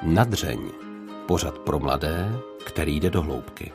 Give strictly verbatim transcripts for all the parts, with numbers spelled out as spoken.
Nadřeň. Pořad pro mladé, který jde do hloubky.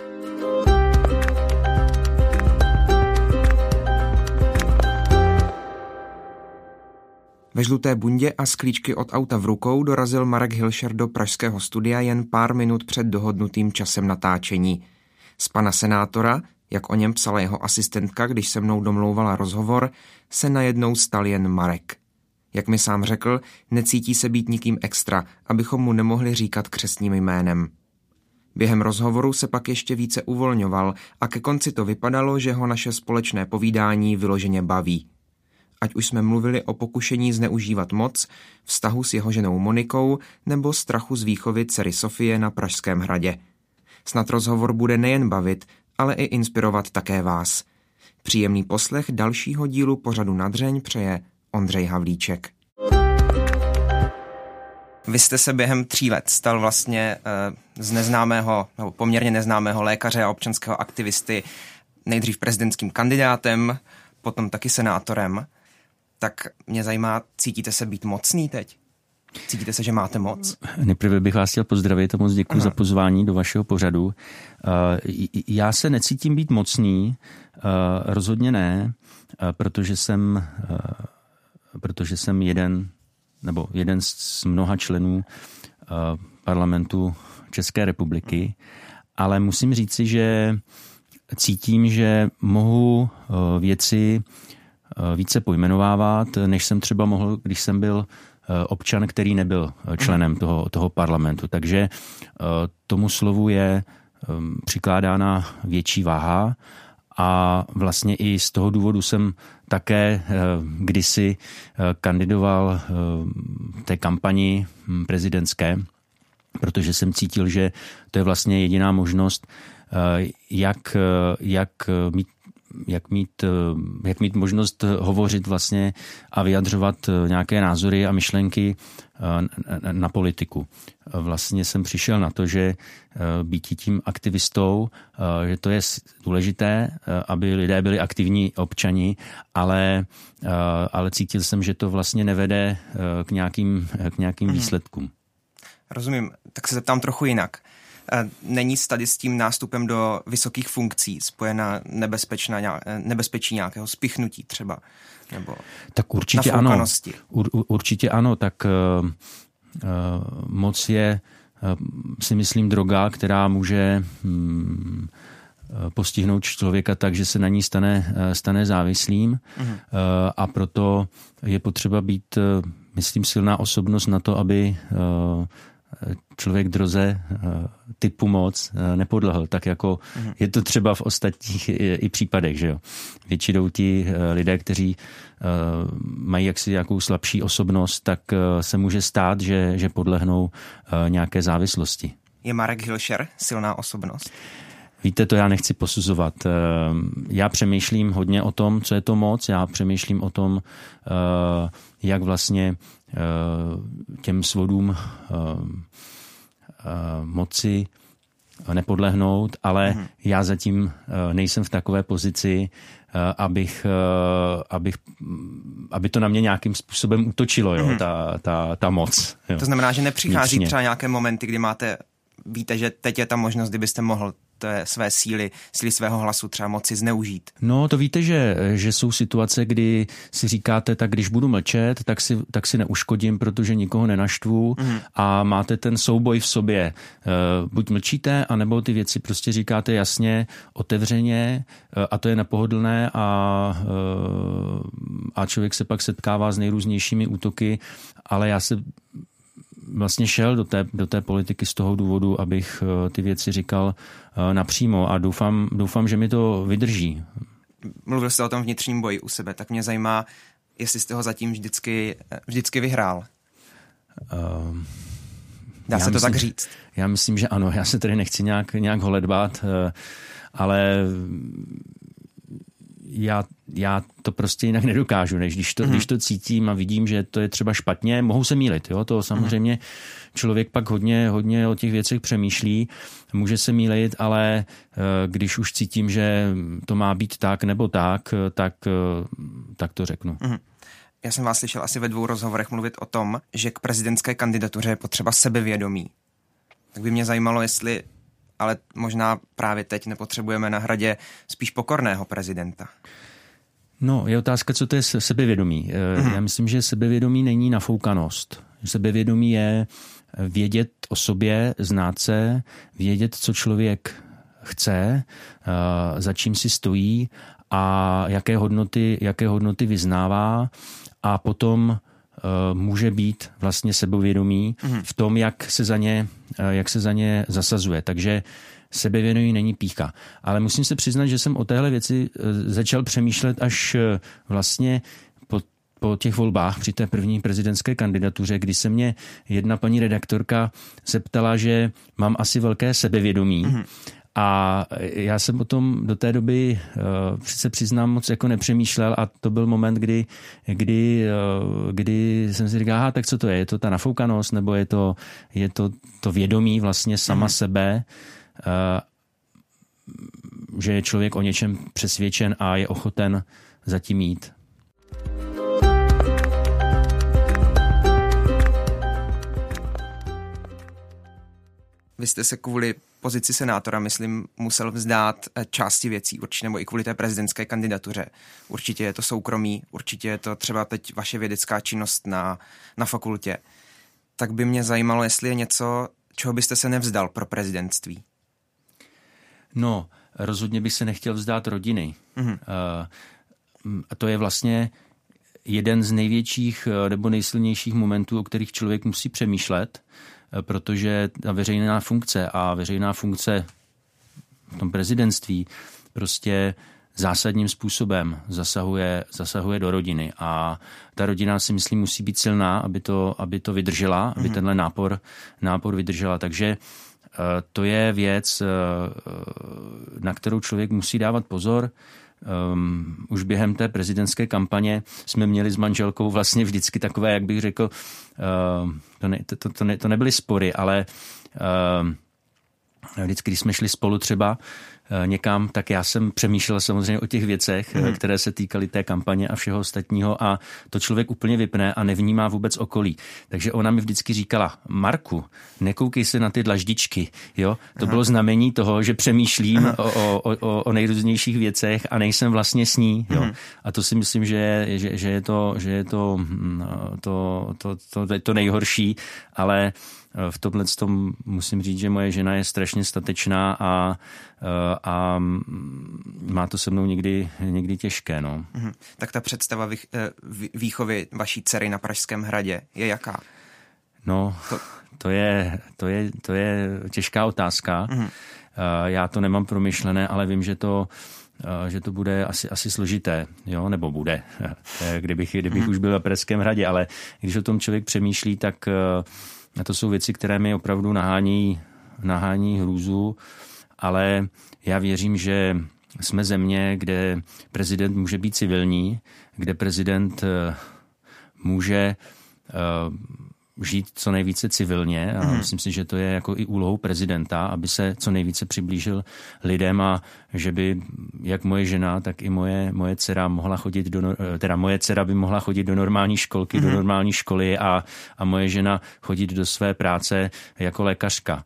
Ve žluté bundě a s klíčky od auta v rukou dorazil Marek Hilšer do pražského studia jen pár minut před dohodnutým časem natáčení. Z pana senátora, jak o něm psala jeho asistentka, když se mnou domlouvala rozhovor, se najednou stal jen Marek. Jak mi sám řekl, necítí se být nikým extra, abychom mu nemohli říkat křestním jménem. Během rozhovoru se pak ještě více uvolňoval a ke konci to vypadalo, že ho naše společné povídání vyloženě baví. Ať už jsme mluvili o pokušení zneužívat moc, vztahu s jeho ženou Monikou nebo strachu z výchovy dcery Sofie na Pražském hradě. Snad rozhovor bude nejen bavit, ale i inspirovat také vás. Příjemný poslech dalšího dílu pořadu Nadřeň přeje Ondřej Havlíček. Vy jste se během tří let stal vlastně z neznámého, nebo poměrně neznámého lékaře a občanského aktivisty nejdřív prezidentským kandidátem, potom taky senátorem. Tak mě zajímá, cítíte se být mocný teď? Cítíte se, že máte moc? Nejprve bych vás chtěl pozdravit a moc děkuji za pozvání do vašeho pořadu. Já se necítím být mocný, rozhodně ne, protože jsem, protože jsem jeden, nebo jeden z mnoha členů parlamentu České republiky, ale musím říci, že cítím, že mohu věci více pojmenovávat, než jsem třeba mohl, když jsem byl občan, který nebyl členem toho, toho parlamentu. Takže tomu slovu je přikládána větší váha a vlastně i z toho důvodu jsem také kdysi kandidoval v té kampani prezidentské, protože jsem cítil, že to je vlastně jediná možnost, jak, jak mít Jak mít, jak mít možnost hovořit vlastně a vyjadřovat nějaké názory a myšlenky na, na politiku. Vlastně jsem přišel na to, že být tím aktivistou, že to je důležité, aby lidé byli aktivní občani, ale, ale cítil jsem, že to vlastně nevede k nějakým, k nějakým hmm. výsledkům. Rozumím, tak se zeptám trochu jinak. Není tady s tím nástupem do vysokých funkcí spojena nebezpečná, nebezpečí nějakého spichnutí třeba? Nebo tak určitě ano. Ur, určitě ano. Tak uh, uh, moc je, uh, si myslím, droga, která může um, postihnout člověka tak, že se na ní stane, stane závislým. Uh-huh. Uh, a proto je potřeba být, uh, myslím, silná osobnost na to, aby uh, člověk droze typu moc nepodlehl, tak jako mm. je to třeba v ostatních i případech, že jo. Většinou ti lidé, kteří mají jaksi nějakou slabší osobnost, tak se může stát, že, že podlehnou nějaké závislosti. Je Marek Hilšer silná osobnost? Víte, to já nechci posuzovat. Já přemýšlím hodně o tom, co je to moc. Já přemýšlím o tom, jak vlastně těm svodům moci nepodlehnout, ale mm. já zatím nejsem v takové pozici, abych, abych, aby to na mě nějakým způsobem útočilo, jo, mm. ta, ta, ta moc. Jo. To znamená, že nepřichází Vnitřně. Třeba nějaké momenty, kdy máte, víte, že teď je ta možnost, kdybyste mohl té své síly, síly svého hlasu třeba moci zneužít. No to víte, že, že jsou situace, kdy si říkáte, tak když budu mlčet, tak si, tak si neuškodím, protože nikoho nenaštvu mm. a máte ten souboj v sobě. Buď mlčíte, anebo ty věci prostě říkáte jasně, otevřeně a to je nepohodlné a, a člověk se pak setkává s nejrůznějšími útoky, ale já se vlastně šel do té, do té politiky z toho důvodu, abych ty věci říkal napřímo a doufám, doufám, že mi to vydrží. Mluvil jste o tom vnitřním boji u sebe, tak mě zajímá, jestli jste ho zatím vždycky, vždycky vyhrál. Uh, Dá se to myslím, tak říct? Já myslím, že ano. Já se tady nechci nějak, nějak holedbát, ale já, já to prostě jinak nedokážu, než když to, mm. když to cítím a vidím, že to je třeba špatně, mohu se mýlit, jo, to samozřejmě člověk pak hodně, hodně o těch věcech přemýšlí, může se mýlit, ale když už cítím, že to má být tak nebo tak, tak, tak to řeknu. Mm. já jsem vás slyšel asi ve dvou rozhovorech mluvit o tom, že k prezidentské kandidatuře je potřeba sebevědomí. Tak by mě zajímalo, jestli ale možná právě teď nepotřebujeme na Hradě spíš pokorného prezidenta. No, je otázka, co to je sebevědomí. Mm-hmm. Já myslím, že sebevědomí není nafoukanost. Sebevědomí je vědět o sobě, znát se, vědět, co člověk chce, za čím si stojí a jaké hodnoty, jaké hodnoty vyznává a potom může být vlastně sebevědomí mm-hmm. v tom, jak se za ně, jak se za ně zasazuje. Takže sebevědomí není pýcha. Ale musím se přiznat, že jsem o téhle věci začal přemýšlet až vlastně po, po těch volbách při té první prezidentské kandidatuře, kdy se mě jedna paní redaktorka zeptala, že mám asi velké sebevědomí. Mm-hmm. A já jsem potom do té doby uh, se přiznám moc jako nepřemýšlel a to byl moment, kdy, kdy, uh, kdy jsem si říkal, aha, tak co to je? Je to ta nafoukanost nebo je to, je to, to vědomí vlastně sama mm. sebe, uh, že je člověk o něčem přesvědčen a je ochoten za tím jít. Vy jste se kvůli pozici senátora, myslím, musel vzdát části věcí, určitě, nebo i kvůli té prezidentské kandidatuře. Určitě je to soukromí, určitě je to třeba teď vaše vědecká činnost na, na fakultě. Tak by mě zajímalo, jestli je něco, čeho byste se nevzdal pro prezidentství. No, rozhodně bych se nechtěl vzdát rodiny. Mm-hmm. A to je vlastně jeden z největších nebo nejsilnějších momentů, o kterých člověk musí přemýšlet, protože ta veřejná funkce a veřejná funkce v tom prezidentství prostě zásadním způsobem zasahuje, zasahuje do rodiny a ta rodina si myslím musí být silná, aby to, aby to vydržela, aby mm-hmm. tenhle nápor, nápor vydržela. Takže to je věc, na kterou člověk musí dávat pozor. Um, už během té prezidentské kampaně jsme měli s manželkou vlastně vždycky takové, jak bych řekl, uh, to, ne, to, to, ne, to nebyly spory, ale uh, vždycky, když jsme šli spolu třeba uh, někam, tak já jsem přemýšlel samozřejmě o těch věcech, mm. které se týkaly té kampaně a všeho ostatního a to člověk úplně vypne a nevnímá vůbec okolí. Takže ona mi vždycky říkala, Marku, nekoukej se na ty dlaždičky, jo? To Aha. bylo znamení toho, že přemýšlím o, o, o, o nejrůznějších věcech a nejsem vlastně s ní, jo? Mm. A to si myslím, že je, že, že je, to, že je to, to, to, to, to, to nejhorší, ale v tomhle tom musím říct, že moje žena je strašně statečná a, a má to se mnou někdy, někdy těžké. No. Mhm. Tak ta představa výchovy vaší dcery na Pražském hradě je jaká? No, to, to, je, to, je, to je těžká otázka. Mhm. Já to nemám promyšlené, ale vím, že to že to bude asi, asi složité, jo, nebo bude, kdybych, kdybych mhm. už byl na Pražském hradě, ale když o tom člověk přemýšlí, tak a to jsou věci, které mi opravdu nahání, nahání hrůzu, ale já věřím, že jsme země, kde prezident může být civilní, kde prezident může žít co nejvíce civilně a mm. myslím si, že to je jako i úlohou prezidenta, aby se co nejvíce přiblížil lidem a že by jak moje žena, tak i moje, moje dcera mohla chodit do, teda moje dcera by mohla chodit do normální školky, mm. do normální školy a, a moje žena chodit do své práce jako lékařka.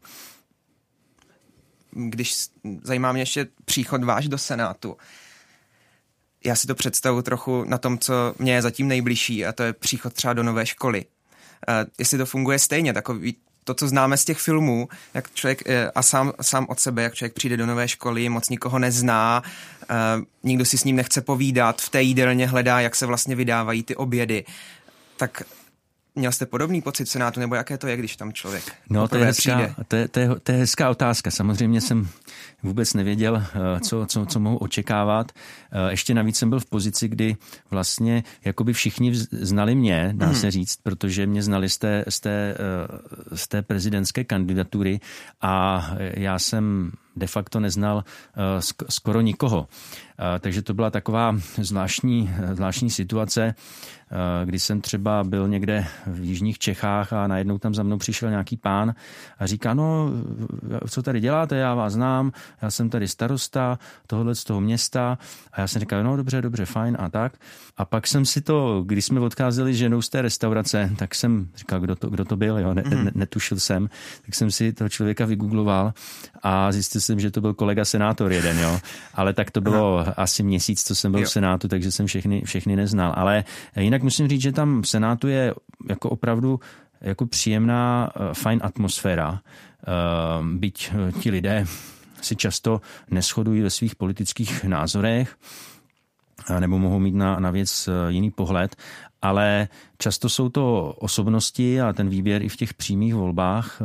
Když zajímá mě ještě příchod váš do Senátu, já si to představuji trochu na tom, co mě je zatím nejbližší a to je příchod třeba do nové školy. Uh, jestli to funguje stejně, takový to, co známe z těch filmů, jak člověk uh, a sám, sám od sebe, jak člověk přijde do nové školy, moc nikoho nezná, uh, nikdo si s ním nechce povídat, v té jídelně hledá, jak se vlastně vydávají ty obědy. Tak měl jste podobný pocit v Senátu, nebo jaké to je, když tam člověk no, to je, hezká, to, je, to, je, to je hezká otázka. Samozřejmě jsem vůbec nevěděl, co, co, co mohu očekávat. Ještě navíc jsem byl v pozici, kdy vlastně jakoby všichni znali mě, dá se říct, protože mě znali z té, z té, z té prezidentské kandidatury a já jsem de facto neznal skoro nikoho. Takže to byla taková zvláštní, zvláštní situace, kdy jsem třeba byl někde v jižních Čechách a najednou tam za mnou přišel nějaký pán a říká, no, co tady děláte, já vás znám, já jsem tady starosta tohohle z toho města a já jsem říkal, no dobře, dobře, fajn a tak. A pak jsem si to, když jsme odcházeli s ženou z té restaurace, tak jsem říkal, kdo to, kdo to byl, jo, ne, ne, netušil jsem, tak jsem si toho člověka vygoogloval a zjistil jsem, že to byl kolega senátor jeden, jo, ale tak to bylo asi měsíc, co jsem byl jo. v Senátu, takže jsem všechny, všechny neznal, ale jinak musím říct, že tam v Senátu je jako opravdu jako příjemná, fajn atmosféra, byť ti lidé si často neshodují ve svých politických názorech nebo mohou mít na, na věc jiný pohled, ale často jsou to osobnosti a ten výběr i v těch přímých volbách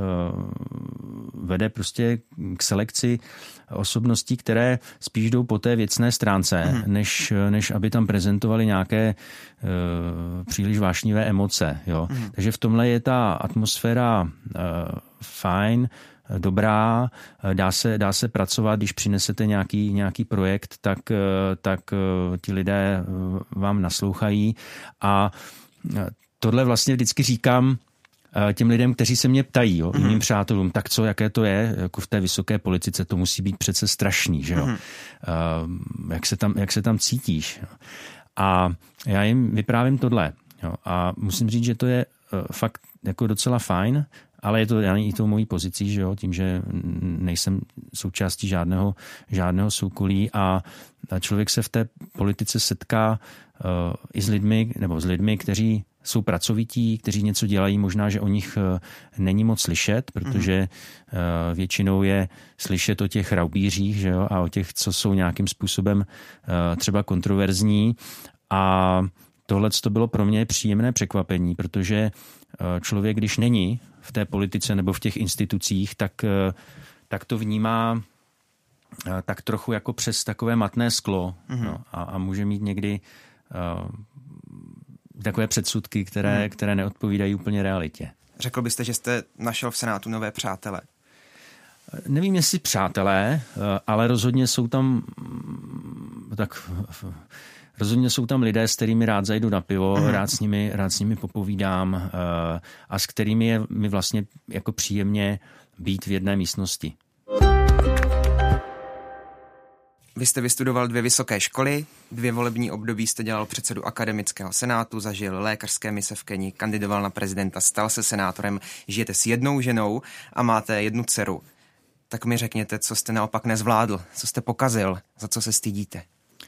vede prostě k selekci osobností, které spíš jdou po té věcné stránce, mm. než, než aby tam prezentovali nějaké uh, příliš vášnivé emoce. Jo. Mm. Takže v tomhle je ta atmosféra uh, fajn, dobrá, dá se, dá se pracovat, když přinesete nějaký, nějaký projekt, tak, tak ti lidé vám naslouchají a tohle vlastně vždycky říkám těm lidem, kteří se mě ptají, jo, mm-hmm. jiným přátelům, tak co, jaké to je, jako v té vysoké politice, to musí být přece strašný, že jo. Mm-hmm. Uh, jak se tam, jak se tam cítíš. Jo? A já jim vyprávím tohle. Jo? A musím říct, že to je uh, fakt jako docela fajn, ale je to i tou mojí pozicí, že jo, tím, že nejsem součástí žádného, žádného soukolí a člověk se v té politice setká uh, i s lidmi, nebo s lidmi, kteří jsou pracovití, kteří něco dělají, možná, že o nich uh, není moc slyšet, protože uh, většinou je slyšet o těch raubířích, že jo, a o těch, co jsou nějakým způsobem uh, třeba kontroverzní. A tohle to bylo pro mě příjemné překvapení, protože uh, člověk, když není v té politice nebo v těch institucích, tak, tak to vnímá tak trochu jako přes takové matné sklo, mm-hmm. no, a, a může mít někdy uh, takové předsudky, které, mm. které neodpovídají úplně realitě. Řekl byste, že jste našel v Senátu nové přátele? Nevím, jestli přátelé, ale rozhodně jsou tam tak... Rozhodně jsou tam lidé, s kterými rád zajdu na pivo, mm. rád, s nimi, rád s nimi popovídám uh, a s kterými je mi vlastně jako příjemně být v jedné místnosti. Vy jste vystudoval dvě vysoké školy, dvě volební období jste dělal předsedu akademického senátu, zažil lékařské mise v Keni, kandidoval na prezidenta, stal se senátorem, žijete s jednou ženou a máte jednu dceru. Tak mi řekněte, co jste naopak nezvládl, co jste pokazil, za co se stydíte.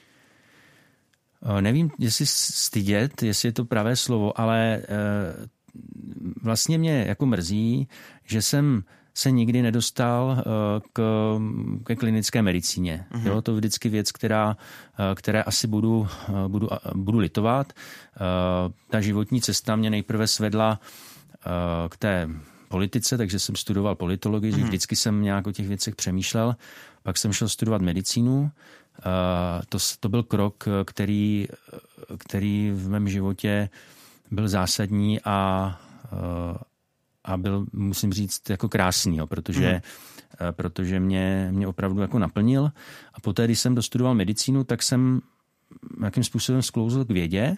Nevím, jestli stydět, jestli je to pravé slovo, ale vlastně mě jako mrzí, že jsem se nikdy nedostal k, ke klinické medicíně. Mm-hmm. Jo, to vždycky věc, která, které asi budu, budu, budu litovat. Ta životní cesta mě nejprve svedla k té politice, takže jsem studoval politologii, mm-hmm. vždycky jsem nějak o těch věcech přemýšlel. Pak jsem šel studovat medicínu. To, to byl krok, který, který v mém životě byl zásadní a, a byl, musím říct, jako krásný, jo, protože, mm. protože mě, mě opravdu jako naplnil. A poté, když jsem dostudoval medicínu, tak jsem nějakým způsobem sklouzl k vědě.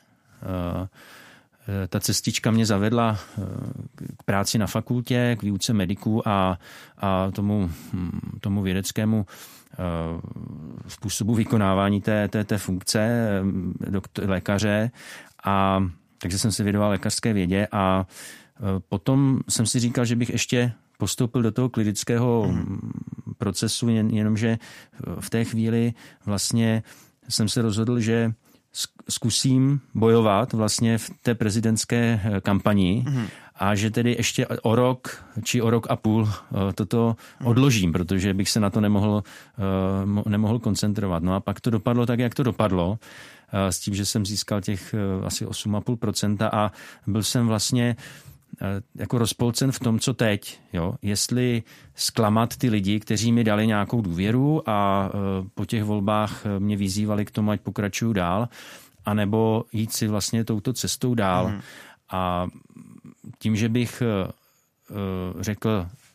Ta cestička mě zavedla k práci na fakultě, k výuce mediků a, a tomu, tomu vědeckému způsobu vykonávání té, té, té funkce doktor, lékaře. A takže jsem se věnoval lékařské vědě a potom jsem si říkal, že bych ještě postoupil do toho klinického mm. procesu, jen, jenomže v té chvíli vlastně jsem se rozhodl, že zkusím bojovat vlastně v té prezidentské kampani mm. a že tedy ještě o rok či o rok a půl toto odložím, protože bych se na to nemohl, nemohl koncentrovat. No a pak to dopadlo tak, jak to dopadlo, s tím, že jsem získal těch asi osm celá pět procenta a byl jsem vlastně jako rozpolcen v tom, co teď. Jo? Jestli zklamat ty lidi, kteří mi dali nějakou důvěru a po těch volbách mě vyzývali k tomu, ať pokračuju dál, anebo jít si vlastně touto cestou dál. Mm. A tím, že bych řekl,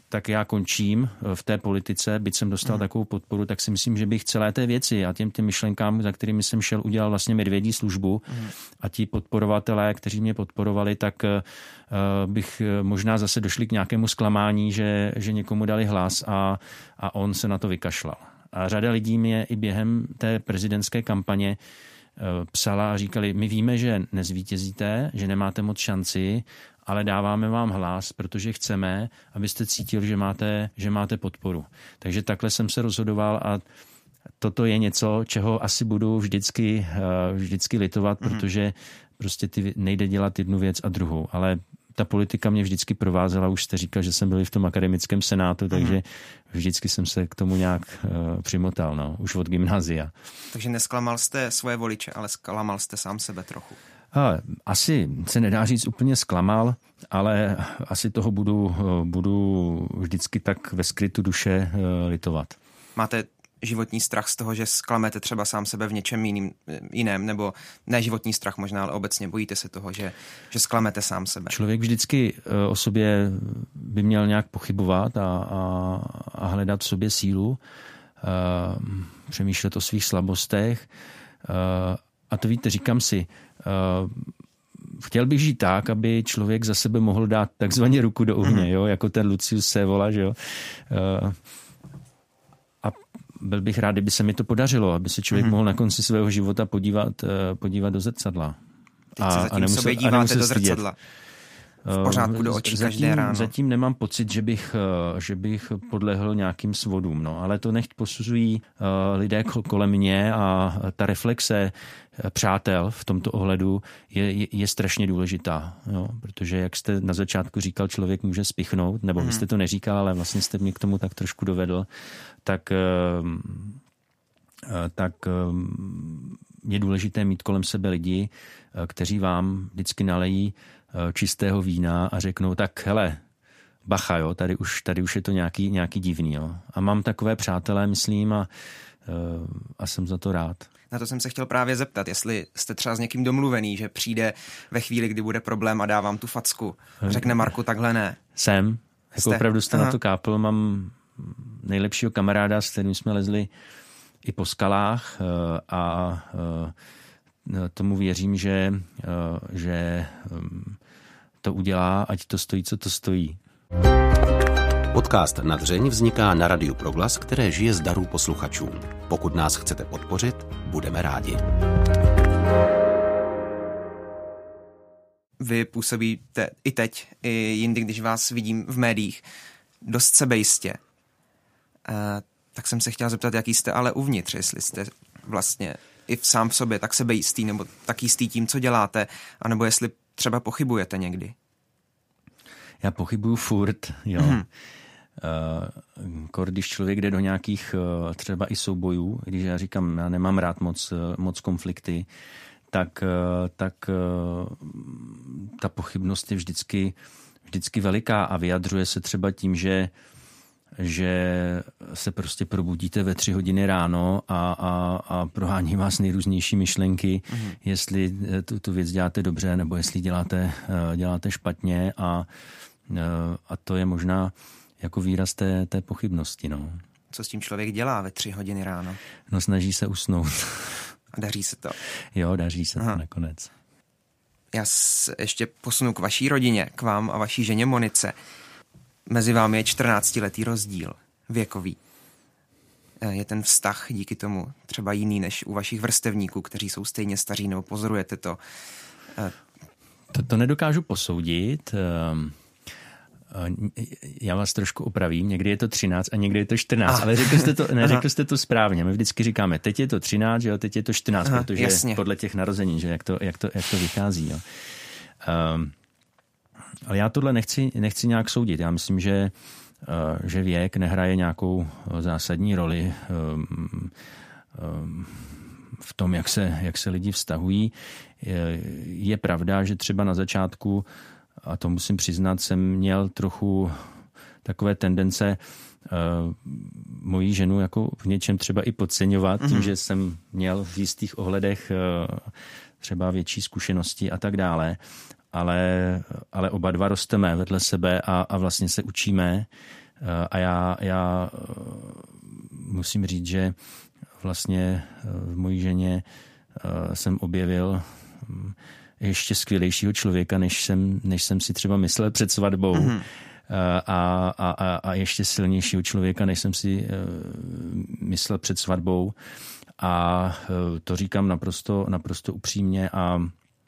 tak já končím v té politice, byť jsem dostal mm. takovou podporu, tak si myslím, že bych celé té věci a těm těm myšlenkám, za kterými jsem šel, udělal vlastně medvědí službu mm. a ti podporovatelé, kteří mě podporovali, tak uh, bych možná zase došli k nějakému zklamání, že, že někomu dali hlas a, a on se na to vykašlal. A řada lidí mě i během té prezidentské kampaně psala a říkali, my víme, že nezvítězíte, že nemáte moc šanci, ale dáváme vám hlas, protože chceme, abyste cítili, že máte, že máte podporu. Takže takhle jsem se rozhodoval a toto je něco, čeho asi budu vždycky, vždycky litovat, mm-hmm. protože prostě ty nejde dělat jednu věc a druhou, ale ta politika mě vždycky provázela, už jste říkal, že jsem byl v tom akademickém senátu, takže mm. vždycky jsem se k tomu nějak uh, přimotal, no, už od gymnázia. Takže nesklamal jste svoje voliče, ale zklamal jste sám sebe trochu. A, asi se nedá říct úplně zklamal, ale asi toho budu, budu vždycky tak ve skrytu duše uh, litovat. Máte životní strach z toho, že zklamete třeba sám sebe v něčem jiným, jiném, nebo ne životní strach možná, ale obecně bojíte se toho, že, že zklamete sám sebe? Člověk vždycky o sobě by měl nějak pochybovat a, a, a hledat v sobě sílu, a přemýšlet o svých slabostech. A, a to víte, říkám si, chtěl bych žít tak, aby člověk za sebe mohl dát takzvaně ruku do ohně, mm. jo, jako ten Lucius Scaevola, že jo. A, byl bych rád, kdyby se mi to podařilo, aby se člověk mm. mohl na konci svého života podívat, podívat do zrcadla. Teď a, se zatím a nemusel, sobě díváte do zrcadla. V pořádku do očí zatím, každé ráno. Zatím nemám pocit, že bych, že bych podlehl nějakým svodům. No. Ale to nechť posuzují lidé kolem mě a ta reflexe přátel v tomto ohledu je, je, je strašně důležitá. Jo. Protože jak jste na začátku říkal, člověk může spichnout, nebo hmm. vy jste to neříkal, ale vlastně jste mě k tomu tak trošku dovedl, tak, tak je důležité mít kolem sebe lidi, kteří vám vždycky nalejí čistého vína a řeknou, tak hele, bacha, jo, tady už, tady už je to nějaký, nějaký divný. Jo. A mám takové přátelé, myslím, a, a jsem za to rád. Na to jsem se chtěl právě zeptat, jestli jste třeba s někým domluvený, že přijde ve chvíli, kdy bude problém a dá vám tu facku. Řekne Marku, takhle ne. Jsem. Jako opravdu jste Aha. na to kápl. Mám nejlepšího kamaráda, s kterým jsme lezli i po skalách a tomu věřím, že, že to udělá, ať to stojí, co to stojí. Podcast Na dřeň vzniká na Radiu Proglas, které žije z darů posluchačů. Pokud nás chcete podpořit, budeme rádi. Vy působíte i teď, i jindy, když vás vidím v médiích, dost sebejistě. Uh, tak jsem se chtěla zeptat, jaký jste ale uvnitř, jestli jste vlastně i sám v sobě tak sebejistý, nebo tak jistý tím, co děláte, anebo jestli třeba pochybujete někdy. Já pochybuju furt, jo. Hmm. Uh, když člověk jde do nějakých uh, třeba i soubojů, když já říkám, já nemám rád moc, uh, moc konflikty, tak, uh, tak uh, ta pochybnost je vždycky, vždycky veliká a vyjadřuje se třeba tím, že že se prostě probudíte ve tři hodiny ráno a, a, a prohání vás nejrůznější myšlenky, mm. jestli tu, tu věc děláte dobře, nebo jestli děláte, děláte špatně a, a to je možná jako výraz té, té pochybnosti. No. Co s tím člověk dělá ve tři hodiny ráno? No snaží se usnout. A daří se to? Jo, daří se Aha. to nakonec. Já se ještě posunu k vaší rodině, k vám a vaší ženě Monice. Mezi vámi je čtrnáctiletý rozdíl, věkový. Je ten vztah díky tomu třeba jiný než u vašich vrstevníků, kteří jsou stejně staří, nebo pozorujete to? To, to nedokážu posoudit. Já vás trošku opravím. Někdy je to třináct a někdy je to čtrnáct, ah. ale řekl jste to, ne, řekl jste to správně. My vždycky říkáme, teď je to třináct, že jo, teď je to čtrnáct, Aha, protože jasně. podle těch narození, že jak to, jak to, jak to vychází. Jo. Um, Ale já tohle nechci, nechci nějak soudit. Já myslím, že, že věk nehraje nějakou zásadní roli v tom, jak se, jak se lidi vztahují. Je, je pravda, že třeba na začátku, a to musím přiznat, jsem měl trochu takové tendence moji ženu jako v něčem třeba i podceňovat, mm-hmm. tím, že jsem měl v jistých ohledech třeba větší zkušenosti a tak dále. Ale, ale oba dva rosteme vedle sebe a, a vlastně se učíme A já, já musím říct, že vlastně v mojí ženě jsem objevil ještě skvělejšího člověka, než jsem, než jsem si třeba myslel před svatbou. Mm-hmm. A, a, a ještě silnějšího člověka, než jsem si myslel před svatbou. A to říkám naprosto, naprosto upřímně a,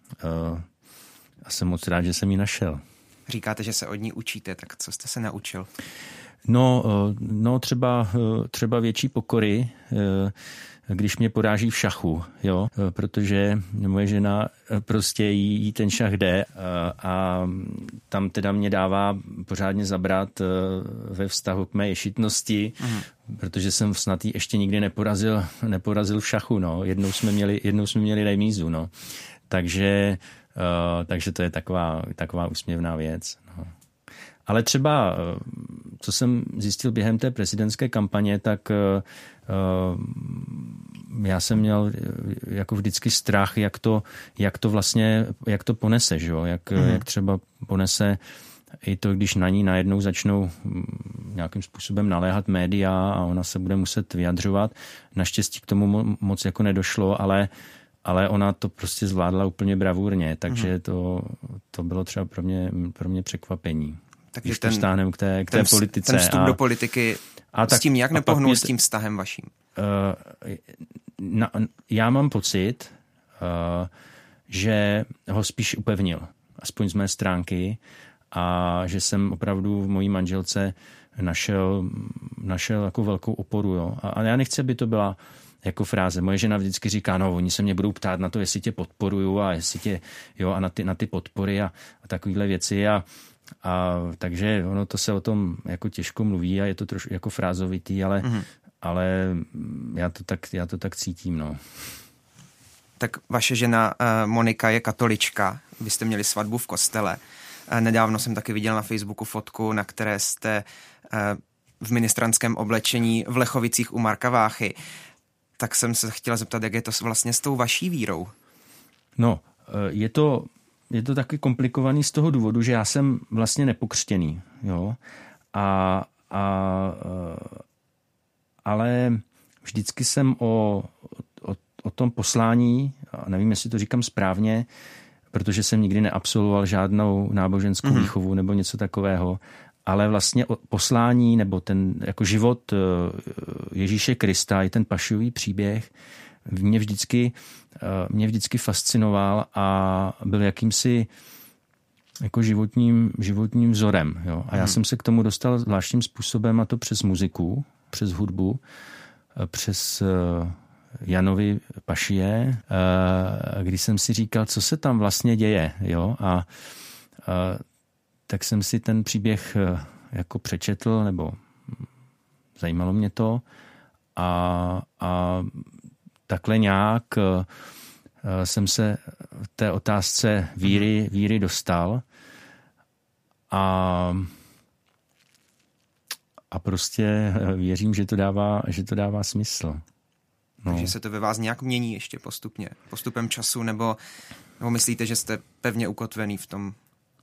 a jsem moc rád, že jsem ji našel. Říkáte, že se od ní učíte, tak co jste se naučil? No, no třeba, třeba větší pokory, když mě poráží v šachu, jo, protože moje žena prostě jí ten šach jde a tam teda mě dává pořádně zabrat ve vztahu k mé ješitnosti, mm. protože jsem snad jí ještě nikdy neporazil, neporazil v šachu, no. Jednou jsme měli, jednou jsme měli remízu, no. Takže, takže to je taková, taková úsměvná věc, no. Ale třeba, co jsem zjistil během té prezidentské kampaně, tak já jsem měl jako vždycky strach, jak to, jak to vlastně, jak to ponese, že jo? Jak, mm. jak třeba ponese i to, když na ní najednou začnou nějakým způsobem naléhat média a ona se bude muset vyjadřovat. Naštěstí k tomu moc jako nedošlo, ale ale ona to prostě zvládla úplně bravurně, takže to, to bylo třeba pro mě, pro mě překvapení. Takže když ten, to stáhneme k té, k té ten, politice. Ten vstup a, do politiky a tak, s tím jak nepohnul, s tím vztahem vaším? Uh, na, já mám pocit, uh, že ho spíš upevnil, aspoň z mé stránky, a že jsem opravdu v mojí manželce našel, našel jako velkou oporu. Jo. A, a já nechci, aby to byla jako fráze. Moje žena vždycky říká, no, oni se mě budou ptát na to, jestli tě podporuju a jestli tě, jo, a na ty, na ty podpory a, a takovýhle věci. A, a takže ono to se o tom jako těžko mluví a je to trošku jako frázovitý, ale, mm-hmm. ale já to tak, já to tak cítím, no. Tak vaše žena Monika je katolička. Vy jste měli svatbu v kostele. Nedávno jsem taky viděl na Facebooku fotku, na které jste v ministrantském oblečení v Lechovicích u Marka Váchy. Tak jsem se chtěla zeptat, jak je to vlastně s tou vaší vírou? No, je to, je to taky komplikovaný z toho důvodu, že já jsem vlastně nepokřtěný, jo. A, a, ale vždycky jsem o, o, o tom poslání, a nevím, jestli to říkám správně, protože jsem nikdy neabsolvoval žádnou náboženskou mm-hmm. výchovu nebo něco takového, ale vlastně poslání nebo ten jako život Ježíše Krista i ten pašijový příběh mě vždycky, mě vždycky fascinoval a byl jakýmsi jako životním, životním vzorem. Jo. A já jsem se k tomu dostal zvláštním způsobem, a to přes muziku, přes hudbu, přes Janovi Pašije, když jsem si říkal, co se tam vlastně děje. Jo. A, a tak jsem si ten příběh jako přečetl, nebo zajímalo mě to a, a takhle nějak jsem se v té otázce víry, víry dostal a, a prostě věřím, že to dává, že to dává smysl. No. Takže se to ve vás nějak mění ještě postupně, postupem času, nebo, nebo myslíte, že jste pevně ukotvený v tom?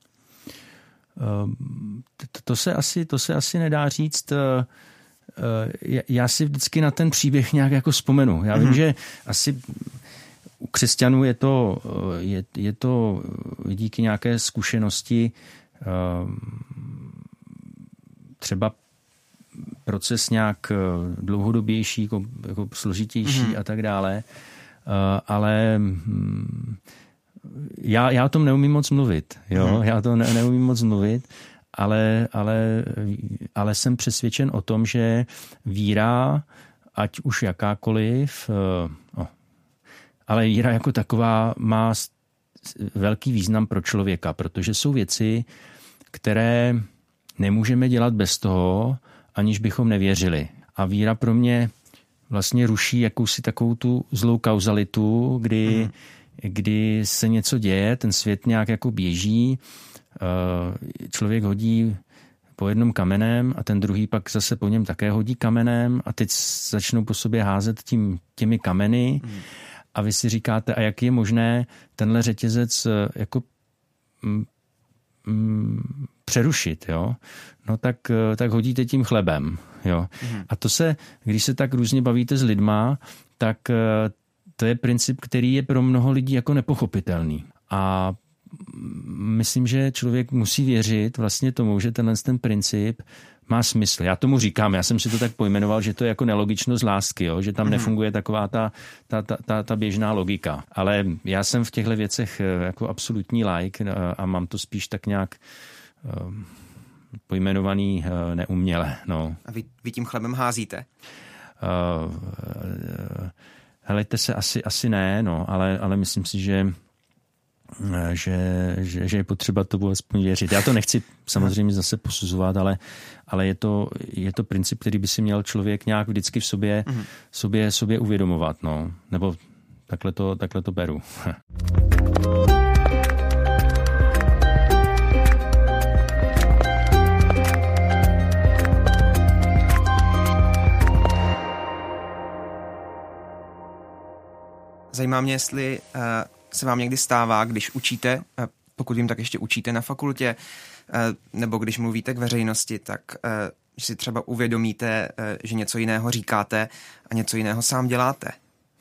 To, to, se asi, to se asi nedá říct. Já si vždycky na ten příběh nějak jako vzpomenu. Já vím, mm-hmm. že asi u křesťanů je to, je, je to díky nějaké zkušenosti třeba proces nějak dlouhodobější, jako, jako složitější mm-hmm. a tak dále. Ale Já, já o tom neumím moc mluvit, jo, hmm. já to ne, neumím moc mluvit, ale, ale, ale jsem přesvědčen o tom, že víra, ať už jakákoliv, oh, ale víra jako taková má velký význam pro člověka, protože jsou věci, které nemůžeme dělat bez toho, aniž bychom nevěřili. A víra pro mě vlastně ruší jakousi takovou tu zlou kauzalitu, kdy hmm. kdy se něco děje, ten svět nějak jako běží, člověk hodí po jednom kamenem a ten druhý pak zase po něm také hodí kamenem a teď začnou po sobě házet tím, těmi kameny mm. a vy si říkáte, a jak je možné tenhle řetězec jako mm, přerušit, jo, no tak, tak hodíte tím chlebem, jo. Mm. A to se, když se tak různě bavíte s lidma, tak to je princip, který je pro mnoho lidí jako nepochopitelný. A myslím, že člověk musí věřit vlastně tomu, že tenhle ten princip má smysl. Já tomu říkám, já jsem si to tak pojmenoval, že to je jako nelogičnost lásky, jo? Že tam mm. nefunguje taková ta, ta, ta, ta, ta běžná logika. Ale já jsem v těchto věcech jako absolutní laik a mám to spíš tak nějak um, pojmenovaný uh, neuměle. No. A vy, vy tím chlebem házíte? Uh, uh, helejte se, asi, asi ne, no, ale, ale myslím si, že Že, že, že je potřeba tomu aspoň věřit. Já to nechci samozřejmě zase posuzovat, ale, ale je, to, je to princip, který by si měl člověk nějak vždycky v sobě, mm. sobě, sobě uvědomovat. No. Nebo takhle to, takhle to beru. Zajímá mě, jestli uh... se vám někdy stává, když učíte, pokud vím, tak ještě učíte na fakultě, nebo když mluvíte k veřejnosti, tak že si třeba uvědomíte, že něco jiného říkáte a něco jiného sám děláte.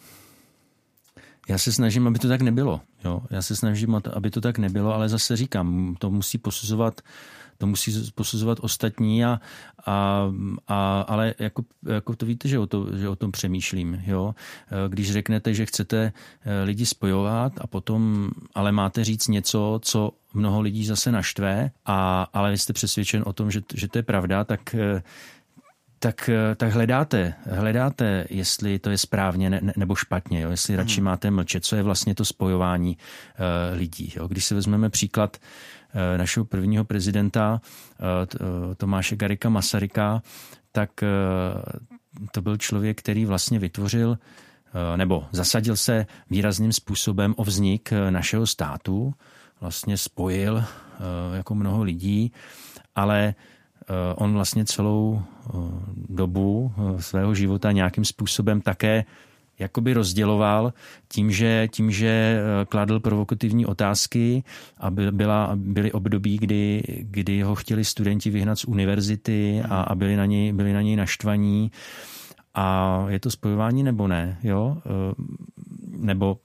Já se snažím, aby to tak nebylo. Jo? Já se snažím, aby to tak nebylo, ale zase říkám, to musí posuzovat to musí posuzovat ostatní, a, a, a, ale jako, jako to víte, že o, to, že o tom přemýšlím. Jo? Když řeknete, že chcete lidi spojovat a potom ale máte říct něco, co mnoho lidí zase naštve, a, ale vy jste přesvědčen o tom, že, že to je pravda, tak Tak, tak hledáte, hledáte, jestli to je správně ne, nebo špatně, jo? Jestli radši máte mlčet, co je vlastně to spojování uh, lidí. Jo? Když si vezmeme příklad uh, našeho prvního prezidenta uh, Tomáše Garrigua Masaryka, tak uh, to byl člověk, který vlastně vytvořil uh, nebo zasadil se výrazným způsobem o vznik našeho státu, vlastně spojil uh, jako mnoho lidí, ale on vlastně celou dobu svého života nějakým způsobem také jakoby rozděloval tím, že, tím, že kladl provokativní otázky, a byla, byly období, kdy, kdy ho chtěli studenti vyhnat z univerzity a, a byli na něj, byli na něj naštvaní. A je to spojování nebo ne? Jo? Nebo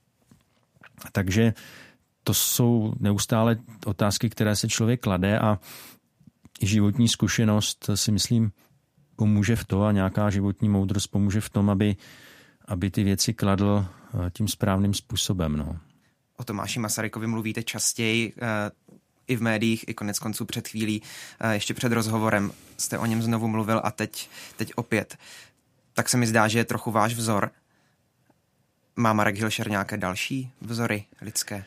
takže to jsou neustále otázky, které se člověk klade, a životní zkušenost si myslím pomůže v to, a nějaká životní moudrost pomůže v tom, aby, aby ty věci kladl tím správným způsobem. No. O Tomáši Masarykovi mluvíte častěji i v médiích, i konec konců před chvílí, ještě před rozhovorem jste o něm znovu mluvil a teď, teď opět. Tak se mi zdá, že je trochu váš vzor. Má Marek Hilšer nějaké další vzory lidské?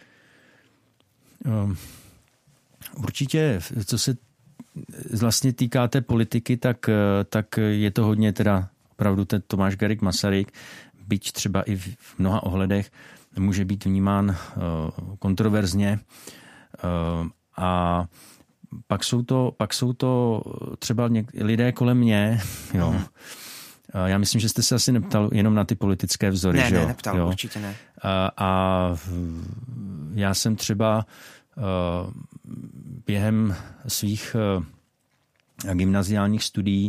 Um, určitě, co se vlastně týká té politiky, tak, tak je to hodně teda opravdu ten Tomáš Garrigue Masaryk, byť třeba i v mnoha ohledech může být vnímán uh, kontroverzně. Uh, a pak jsou to, pak jsou to třeba něk- lidé kolem mě, jo. Uh, já myslím, že jste se asi neptal jenom na ty politické vzory, ne, že jo? Ne, neptal, jo? určitě ne. Uh, a já jsem třeba uh, během svých uh, gymnaziálních studií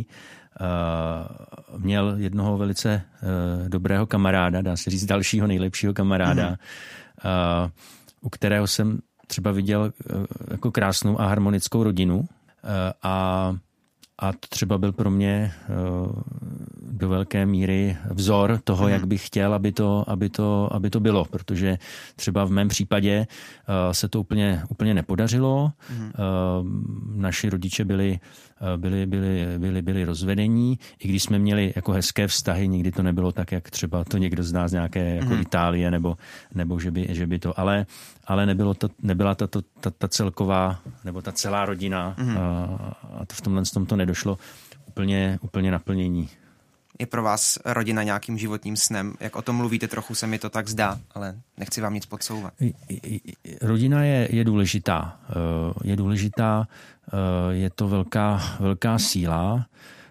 uh, měl jednoho velice uh, dobrého kamaráda, dá se říct dalšího nejlepšího kamaráda, mm-hmm. uh, u kterého jsem třeba viděl uh, jako krásnou a harmonickou rodinu, uh, a, a to třeba byl pro mě uh, do velké míry vzor toho, mm. jak bych chtěl, aby to, aby to, aby to bylo, protože třeba v mém případě uh, se to úplně, úplně nepodařilo. Mm. Uh, naši rodiče byli, uh, byli, byli, byli, byli rozvedení, i když jsme měli jako hezké vztahy, nikdy to nebylo tak, jak třeba to někdo zná z nějaké jako mm. Itálie, nebo, nebo že, by, že by to, ale, ale nebylo to, nebyla ta, ta, ta, ta celková, nebo ta celá rodina, mm. uh, a to v tomhle tom to nedošlo úplně, úplně naplnění. Je pro vás rodina nějakým životním snem? Jak o tom mluvíte, trochu se mi to tak zdá, ale nechci vám nic podsouvat. Rodina je, je důležitá. Je důležitá, je to velká, velká síla,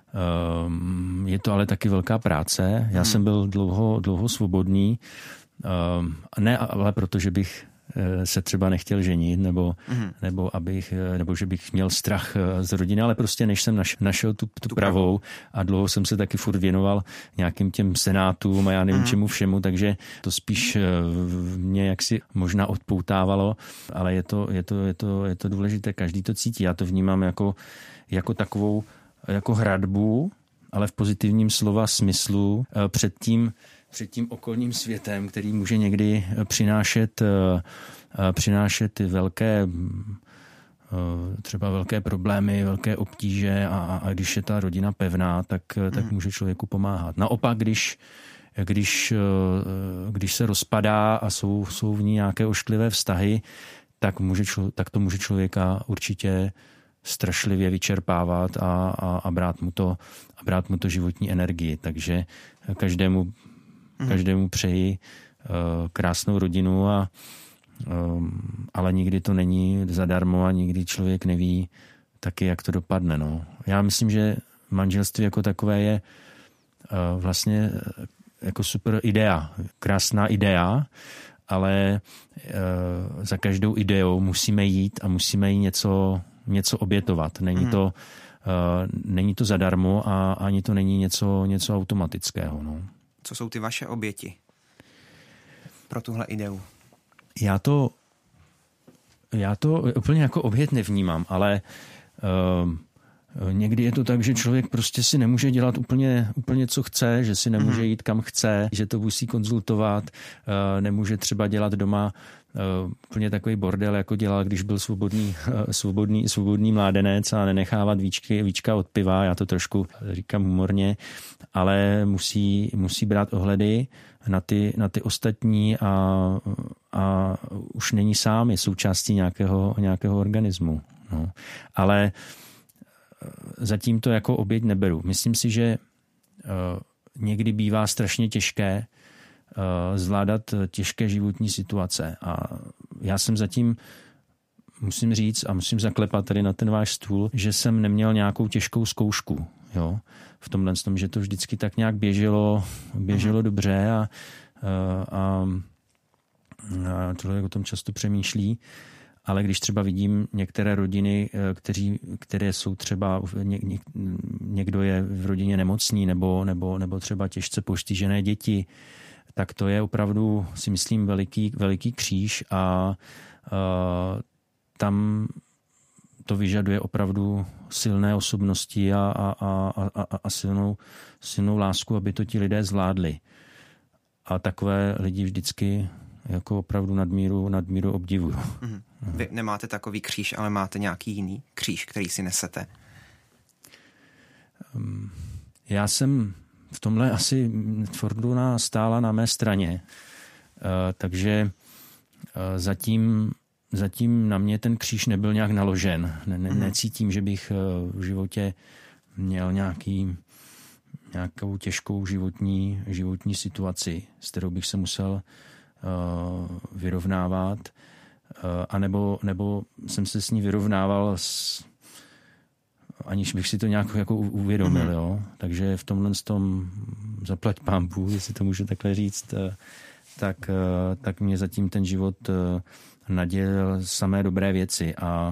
je to ale taky velká práce. Já hmm. jsem byl dlouho, dlouho svobodný, ne ale protože bych se třeba nechtěl ženit, nebo, mm. nebo, abych, nebo že bych měl strach z rodiny, ale prostě než jsem naš, našel tu, tu, tu pravou a dlouho jsem se taky furt věnoval nějakým těm senátům a já nevím mm. čemu všemu, takže to spíš mě jaksi možná odpoutávalo, ale je to, je to, je to, je to důležité, každý to cítí. Já to vnímám jako, jako takovou jako hradbu, ale v pozitivním slova smyslu před tím, před tím okolním světem, který může někdy přinášet, přinášet ty velké, třeba velké problémy, velké obtíže a, a když je ta rodina pevná, tak, tak může člověku pomáhat. Naopak, když, když, když se rozpadá a jsou, jsou v ní nějaké ošklivé vztahy, tak, může, tak to může člověka určitě strašlivě vyčerpávat a, a, a, brát mu to, a brát mu to životní energii. Takže každému Každému přeji uh, krásnou rodinu, a, um, ale nikdy to není zadarmo a nikdy člověk neví taky, jak to dopadne. No. Já myslím, že manželství jako takové je uh, vlastně jako super idea, krásná idea, ale uh, za každou ideou musíme jít a musíme jí něco, něco obětovat. Není to, uh, není to zadarmo a ani to není něco, něco automatického. No. Co jsou ty vaše oběti pro tuhle ideu? Já to, já to úplně jako oběť nevnímám, ale uh, někdy je to tak, že člověk prostě si nemůže dělat úplně, úplně co chce, že si nemůže jít kam chce, že to musí konzultovat, uh, nemůže třeba dělat doma uh, úplně takový bordel, jako dělal, když byl svobodný, uh, svobodný, svobodný mládenec a nenechávat víčky, víčka od piva, já to trošku říkám humorně, ale musí, musí brát ohledy na ty, na ty ostatní a, a už není sám, je součástí nějakého, nějakého organismu. No. Ale zatím to jako oběť neberu. Myslím si, že uh, někdy bývá strašně těžké uh, zvládat těžké životní situace. A já jsem zatím, musím říct a musím zaklepat tady na ten váš stůl, že jsem neměl nějakou těžkou zkoušku. Jo? V tomhle tom, že to vždycky tak nějak běželo, běželo dobře a, a, a člověk o tom často přemýšlí. Ale když třeba vidím některé rodiny, kteří, které jsou třeba, ně, ně, někdo je v rodině nemocný nebo, nebo, nebo třeba těžce postižené děti, tak to je opravdu, si myslím, veliký, veliký kříž a, a tam to vyžaduje opravdu silné osobnosti a, a, a, a, a silnou, silnou lásku, aby to ti lidé zvládli. A takové lidi vždycky jako opravdu nadmíru, nadmíru obdivuju. Mm. Vy nemáte takový kříž, ale máte nějaký jiný kříž, který si nesete? Já jsem v tomhle asi fortuna stála na mé straně, takže zatím, zatím na mě ten kříž nebyl nějak naložen. Ne, ne, necítím, že bych v životě měl nějaký, nějakou těžkou životní, životní situaci, s kterou bych se musel vyrovnávat, a nebo, nebo jsem se s ní vyrovnával s, aniž bych si to nějak jako uvědomil. Jo? Takže v tomhle tom zaplať pánbůh, jestli to můžu takhle říct, tak, tak mě zatím ten život nadělil samé dobré věci a,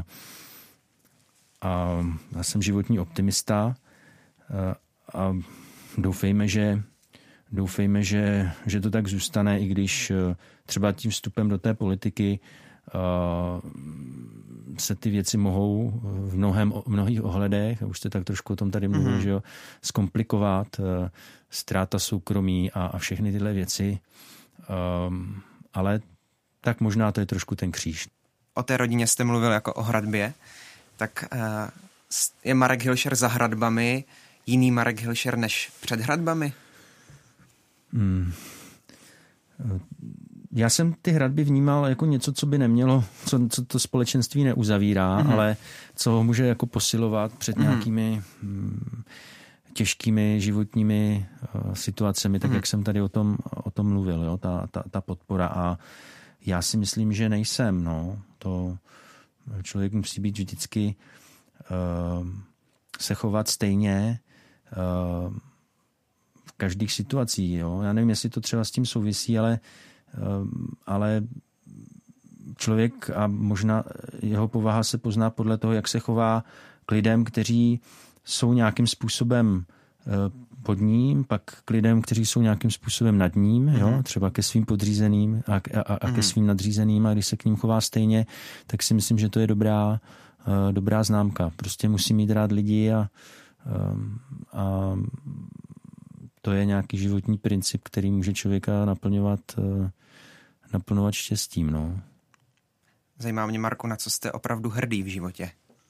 a já jsem životní optimista a, a doufejme, že Doufejme, že, že to tak zůstane, i když třeba tím vstupem do té politiky uh, se ty věci mohou v mnohem, mnohých ohledech, už jste tak trošku o tom tady mluvil, mm-hmm. že jo, zkomplikovat, uh, ztráta soukromí a, a všechny tyhle věci. Um, ale tak možná to je trošku ten kříž. O té rodině jste mluvil jako o hradbě, tak uh, je Marek Hilšer za hradbami jiný Marek Hilšer než před hradbami? Hmm. Já jsem ty hradby vnímal jako něco, co by nemělo, co, co to společenství neuzavírá, mm-hmm. ale co ho může jako posilovat před mm-hmm. nějakými hm, těžkými životními uh, situacemi, tak mm-hmm. jak jsem tady o tom, o tom mluvil, jo, ta, ta, ta podpora. A já si myslím, že nejsem. No. To člověk musí být vždycky uh, se chovat stejně uh, v každých situacích. Jo. Já nevím, jestli to třeba s tím souvisí, ale, ale člověk a možná jeho povaha se pozná podle toho, jak se chová k lidem, kteří jsou nějakým způsobem pod ním, pak k lidem, kteří jsou nějakým způsobem nad ním, mm-hmm. jo, třeba ke svým podřízeným a, a, a ke mm-hmm. svým nadřízeným, a když se k ním chová stejně, tak si myslím, že to je dobrá, uh, dobrá známka. Prostě musí mít rád lidi a, um, a to je nějaký životní princip, který může člověka naplňovat, uh, naplňovat štěstím. No. Zajímá mě, Marku, na co jste opravdu hrdý v životě?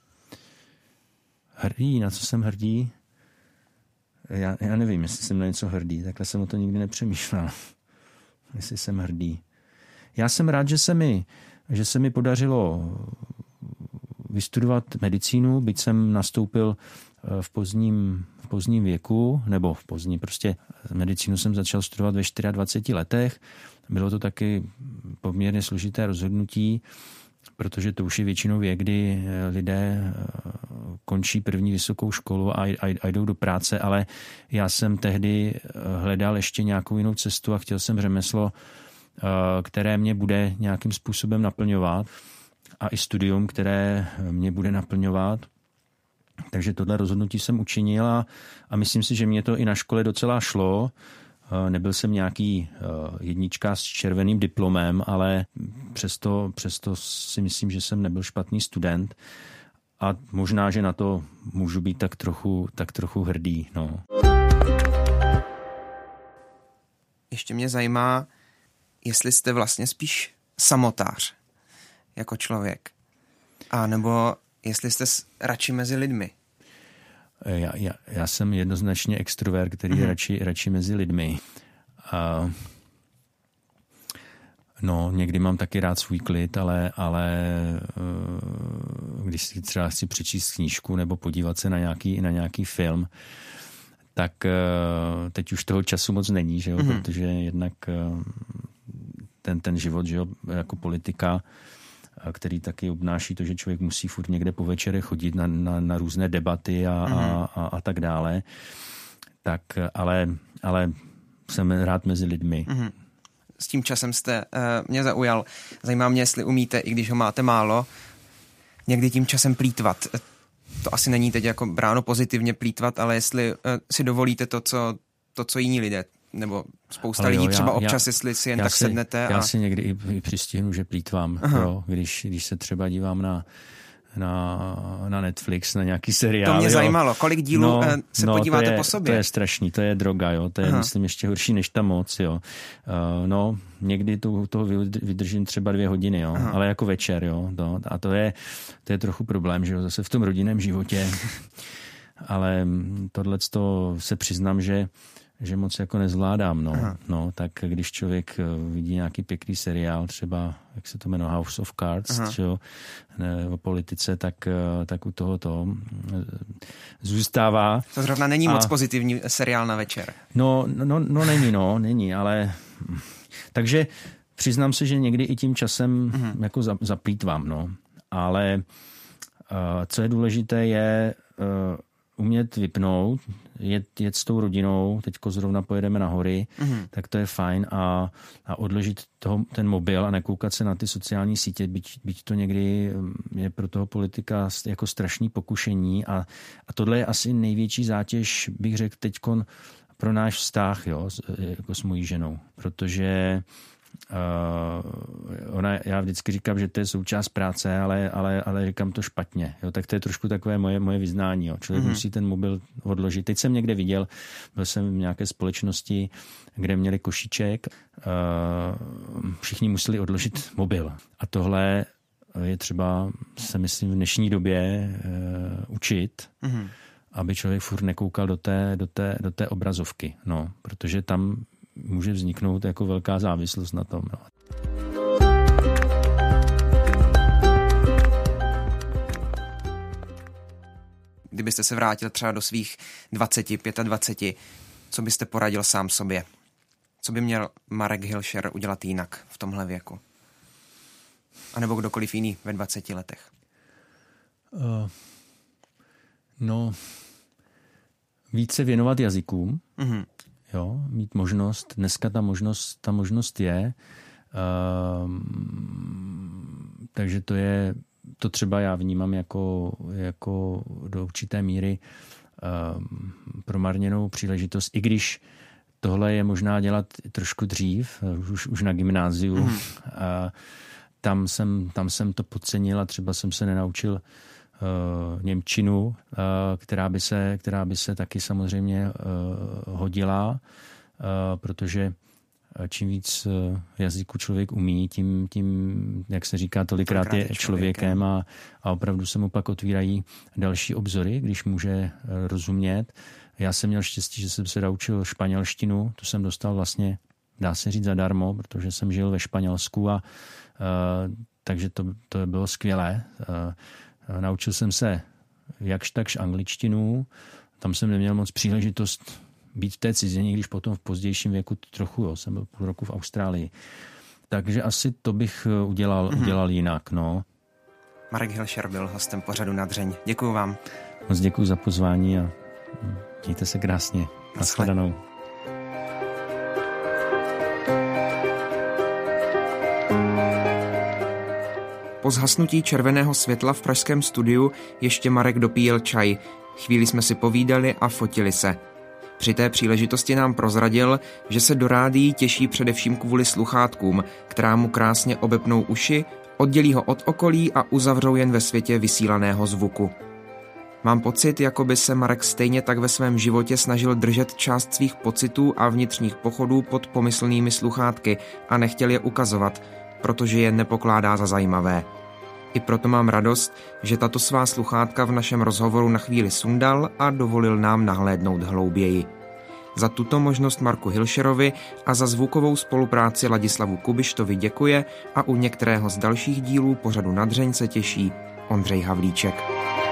Hrdý? Na co jsem hrdý? Já, já nevím, jestli jsem na něco hrdý. Takhle jsem o to nikdy nepřemýšlel. Jestli jsem hrdý. Já jsem rád, že se mi, že se mi podařilo vystudovat medicínu, byť jsem nastoupil v pozdním, v pozdním věku, nebo v pozdním, prostě medicínu jsem začal studovat ve dvaceti čtyřech letech. Bylo to taky poměrně složité rozhodnutí, protože to už je většinou věk, kdy lidé končí první vysokou školu a, a, a jdou do práce, ale já jsem tehdy hledal ještě nějakou jinou cestu a chtěl jsem řemeslo, které mě bude nějakým způsobem naplňovat, a i studium, které mě bude naplňovat. Takže tohle rozhodnutí jsem učinil a, a myslím si, že mě to i na škole docela šlo. Nebyl jsem nějaký jednička s červeným diplomem, ale přesto, přesto si myslím, že jsem nebyl špatný student a možná, že na to můžu být tak trochu, tak trochu hrdý. No. Ještě mě zajímá, jestli jste vlastně spíš samotář jako člověk, a nebo jestli jste radši mezi lidmi. Já, já, já jsem jednoznačně extrovert, který mm-hmm. je radši, radši mezi lidmi. A no, někdy mám taky rád svůj klid, ale, ale když si třeba chci přečíst knížku nebo podívat se na nějaký, na nějaký film, tak teď už toho času moc není, že jo? Mm-hmm. Protože jednak ten, ten život, že jo, jako politika, který taky obnáší to, že člověk musí furt někde po večere chodit na, na, na různé debaty a, mm-hmm. a, a, a tak dále. Tak, ale, ale jsem rád mezi lidmi. Mm-hmm. S tím časem jste uh, mě zaujal. Zajímá mě, jestli umíte, i když ho máte málo, někdy tím časem plýtvat. To asi není teď jako bráno pozitivně plýtvat, ale jestli uh, si dovolíte to, co, to, co jiní lidé, nebo spousta ale lidí jo, třeba já, občas, já, jestli si jen tak si, sednete. Já a... si někdy i, i přistihnu, že plýtvám, jo, když, když se třeba dívám na, na, na Netflix, na nějaký seriál. To mě jo. zajímalo, kolik dílů no, se no, podíváte to je, po sobě? To je strašný, to je droga, jo, to je Aha. myslím ještě horší než ta moc, jo. Uh, no, někdy to, toho vydržím třeba dvě hodiny, jo, Aha. ale jako večer, jo, no, a to je, to je trochu problém, že jo, zase v tom rodinném životě. Ale tohleto se přiznám, že že moc jako nezvládám, no. no. Tak když člověk vidí nějaký pěkný seriál, třeba, jak se to jmenuje, House of Cards, čo, ne, o politice, tak, tak u toho to zůstává. To zrovna není a... moc pozitivní seriál na večer. No, no, no není, no, není, ale... Takže přiznám se, že někdy i tím časem uh-huh. jako zaplýtvám, no. Ale uh, co je důležité, je... Uh, umět vypnout, jet, jet s tou rodinou, teďko zrovna pojedeme na hory, mm-hmm. tak to je fajn a, a odložit toho, ten mobil a nekoukat se na ty sociální sítě, byť, byť to někdy je pro toho politika jako strašný pokušení a, a tohle je asi největší zátěž, bych řekl teďkon pro náš vztah, jo, jako s mojí ženou, protože Uh, ona, já vždycky říkám, že to je součást práce, ale, ale, ale říkám to špatně. Jo, tak to je trošku takové moje, moje vyznání. Jo. Člověk mm-hmm. musí ten mobil odložit. Teď jsem někde viděl, byl jsem v nějaké společnosti, kde měli košíček, uh, všichni museli odložit mobil. A tohle je třeba, se myslím, v dnešní době uh, učit, mm-hmm. aby člověk furt nekoukal do té, do té, do té obrazovky. No, protože tam může vzniknout jako velká závislost na tom. No. Kdybyste se vrátil třeba do svých dvaceti, dvaceti pěti, co byste poradil sám sobě? Co by měl Marek Hilšer udělat jinak v tomhle věku? A nebo kdokoliv jiný ve dvaceti letech? Uh, no, více věnovat jazykům. Mm-hmm. Jo, mít možnost, dneska ta možnost, ta možnost je. Um, takže to je, to třeba já vnímám jako, jako do určité míry um, promarněnou příležitost, i když tohle je možná dělat trošku dřív, už, už na gymnáziu. Mm. A tam jsem, tam jsem to podcenil a třeba jsem se nenaučil uh, němčinu, uh, která, by se, která by se taky samozřejmě uh, hodila, uh, protože čím víc jazyků člověk umí, tím, tím jak se říká, tolikrát, tolikrát je člověkem, člověkem a, a opravdu se mu pak otvírají další obzory, když může rozumět. Já jsem měl štěstí, že jsem se naučil španělštinu, to jsem dostal vlastně, dá se říct, zadarmo, protože jsem žil ve Španělsku a uh, takže to, to bylo skvělé. Uh, naučil jsem se jakž takž angličtinu, tam jsem neměl moc příležitost být v té cizině, když potom v pozdějším věku trochu, jo, jsem byl půl roku v Austrálii. Takže asi to bych udělal, mm-hmm. udělal jinak, no. Marek Hilšer byl hostem pořadu Nadřeň. Děkuju vám. Moc děkuju za pozvání a mějte se krásně. Nashledanou. Po zhasnutí červeného světla v pražském studiu ještě Marek dopíjel čaj. Chvíli jsme si povídali a fotili se. Při té příležitosti nám prozradil, že se do rádií těší především kvůli sluchátkům, která mu krásně obepnou uši, oddělí ho od okolí a uzavřou jen ve světě vysílaného zvuku. Mám pocit, jako by se Marek stejně tak ve svém životě snažil držet část svých pocitů a vnitřních pochodů pod pomyslnými sluchátky a nechtěl je ukazovat, protože je nepokládá za zajímavé. I proto mám radost, že tato svá sluchátka v našem rozhovoru na chvíli sundal a dovolil nám nahlédnout hlouběji. Za tuto možnost Marku Hilšerovi a za zvukovou spolupráci Ladislavu Kubištovi děkuje a u některého z dalších dílů pořadu Nadřeň se těší Ondřej Havlíček.